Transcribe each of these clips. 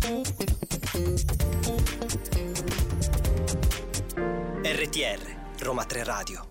RTR, Roma 3 Radio.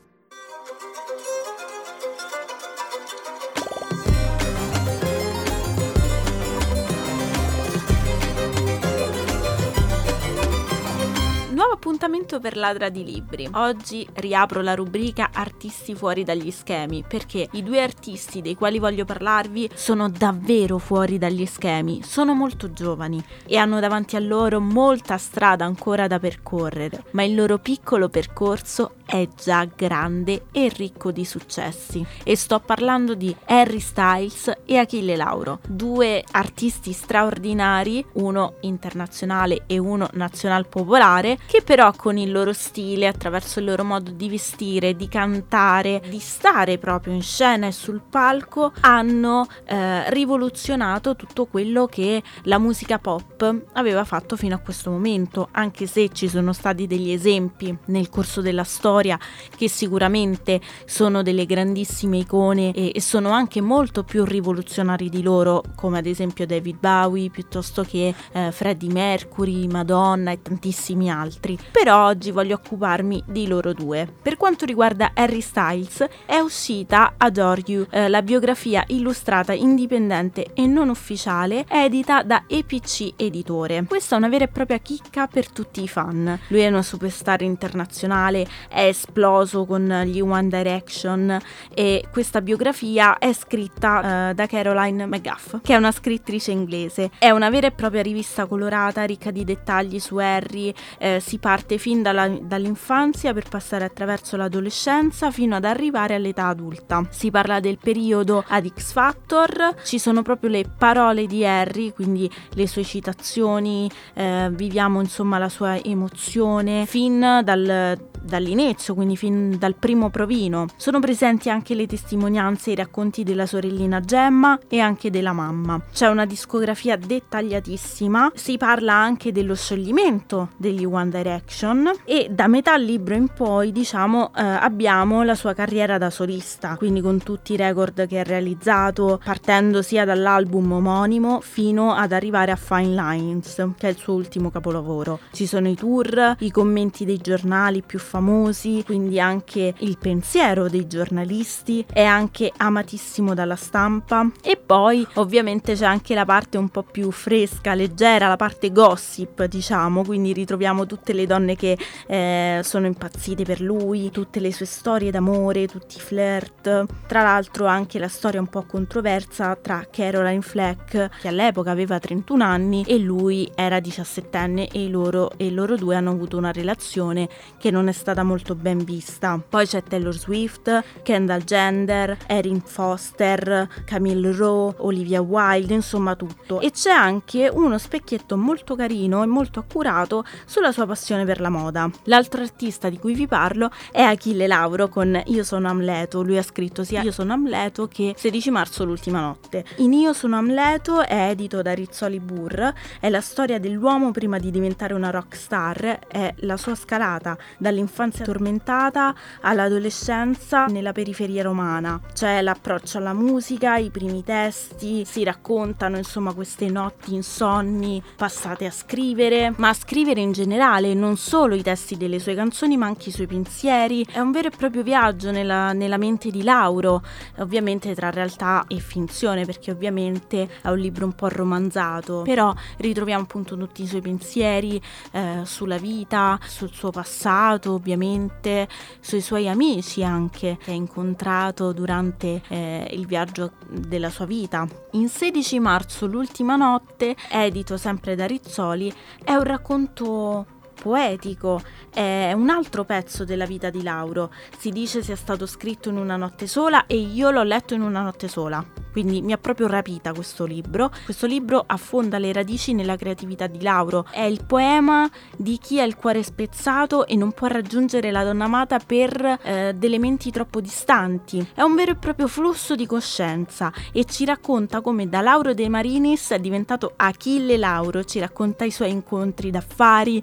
Nuovo appuntamento per Ladra di Libri. Oggi riapro la rubrica Artisti fuori dagli schemi, perché i due artisti dei quali voglio parlarvi sono davvero fuori dagli schemi, sono molto giovani e hanno davanti a loro molta strada ancora da percorrere, ma il loro piccolo percorso è già grande e ricco di successi. E sto parlando di Harry Styles e Achille Lauro, due artisti straordinari, uno internazionale e uno nazional popolare, che però con il loro stile, attraverso il loro modo di vestire, di cantare, di stare proprio in scena e sul palco, hanno rivoluzionato tutto quello che la musica pop aveva fatto fino a questo momento, anche se ci sono stati degli esempi nel corso della storia che sicuramente sono delle grandissime icone e sono anche molto più rivoluzionari di loro, come ad esempio David Bowie, piuttosto che Freddie Mercury, Madonna e tantissimi altri. Però oggi voglio occuparmi di loro due. Per quanto riguarda Harry Styles, è uscita Adore You, la biografia illustrata indipendente e non ufficiale, edita da EPC Editore. Questa è una vera e propria chicca per tutti i fan. Lui è una superstar internazionale, è esploso con gli One Direction e questa biografia è scritta da Caroline McGuff, che è una scrittrice inglese. È una vera e propria rivista colorata, ricca di dettagli su Harry. Si parte fin dall'infanzia per passare attraverso l'adolescenza fino ad arrivare all'età adulta. Si parla del periodo ad X Factor, ci sono proprio le parole di Harry, quindi le sue citazioni, viviamo insomma la sua emozione fin dall'inizio, quindi fin dal primo provino. Sono presenti anche le testimonianze e i racconti della sorellina Gemma e anche della mamma. C'è una discografia dettagliatissima, si parla anche dello scioglimento degli One Direction e da metà libro in poi, diciamo, abbiamo la sua carriera da solista, quindi con tutti i record che ha realizzato, partendo sia dall'album omonimo fino ad arrivare a Fine Lines, che è il suo ultimo capolavoro. Ci sono i tour, i commenti dei giornali più famosi, quindi anche il pensiero dei giornalisti, è anche amatissimo dalla stampa. E poi ovviamente c'è anche la parte un po' più fresca, leggera, la parte gossip, diciamo, quindi ritroviamo tutte le donne che sono impazzite per lui, tutte le sue storie d'amore, tutti i flirt. Tra l'altro anche la storia un po' controversa tra Caroline Fleck, che all'epoca aveva 31 anni e lui era 17enne, e loro due hanno avuto una relazione che non è stata molto ben vista. Poi c'è Taylor Swift, Kendall Jenner, Erin Foster, Camille Rowe, Olivia Wilde, insomma tutto. E c'è anche uno specchietto molto carino e molto accurato sulla sua passione per la moda. L'altro artista di cui vi parlo è Achille Lauro con Io sono Amleto. Lui ha scritto sia Io sono Amleto che 16 marzo l'ultima notte. In Io sono Amleto, è edito da Rizzoli Burr, è la storia dell'uomo prima di diventare una rock star, è la sua scalata dall'infanzia tormentata all'adolescenza nella periferia romana. C'è l'approccio alla musica, i primi testi, si raccontano insomma queste notti insonni passate a scrivere, ma a scrivere in generale, non solo i testi delle sue canzoni ma anche i suoi pensieri. È un vero e proprio viaggio nella mente di Lauro, ovviamente tra realtà e finzione, perché ovviamente è un libro un po' romanzato, però ritroviamo appunto tutti i suoi pensieri sulla vita, sul suo passato, ovviamente sui suoi amici anche che ha incontrato durante il viaggio della sua vita. In 16 marzo l'ultima notte, edito sempre da Rizzoli, è un racconto poetico, è un altro pezzo della vita di Lauro. Si dice sia stato scritto in una notte sola e io l'ho letto in una notte sola, quindi mi ha proprio rapita questo libro. Questo libro affonda le radici nella creatività di Lauro, è il poema di chi ha il cuore spezzato e non può raggiungere la donna amata per delle menti troppo distanti. È un vero e proprio flusso di coscienza e ci racconta come da Lauro De Marinis è diventato Achille Lauro, ci racconta i suoi incontri d'affari, ci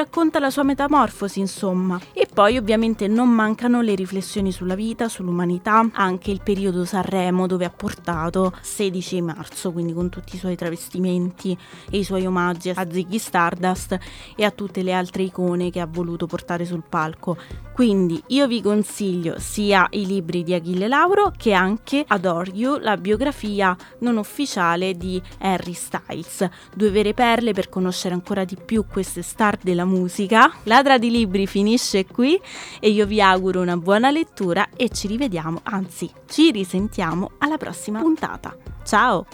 racconta la sua metamorfosi, insomma. E poi ovviamente non mancano le riflessioni sulla vita, sull'umanità, anche il periodo Sanremo dove ha portato 16 marzo, quindi con tutti i suoi travestimenti e i suoi omaggi a Ziggy Stardust e a tutte le altre icone che ha voluto portare sul palco. Quindi io vi consiglio sia i libri di Achille Lauro che anche Adore You, la biografia non ufficiale di Harry Styles. 2 vere perle per conoscere ancora di più queste star della musica. Ladra di libri finisce qui e io vi auguro una buona lettura e ci rivediamo, anzi ci risentiamo alla prossima puntata. Ciao!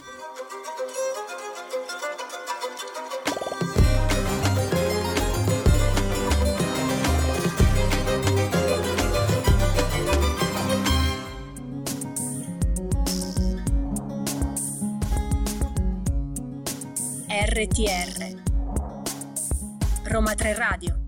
RTR Roma 3 Radio.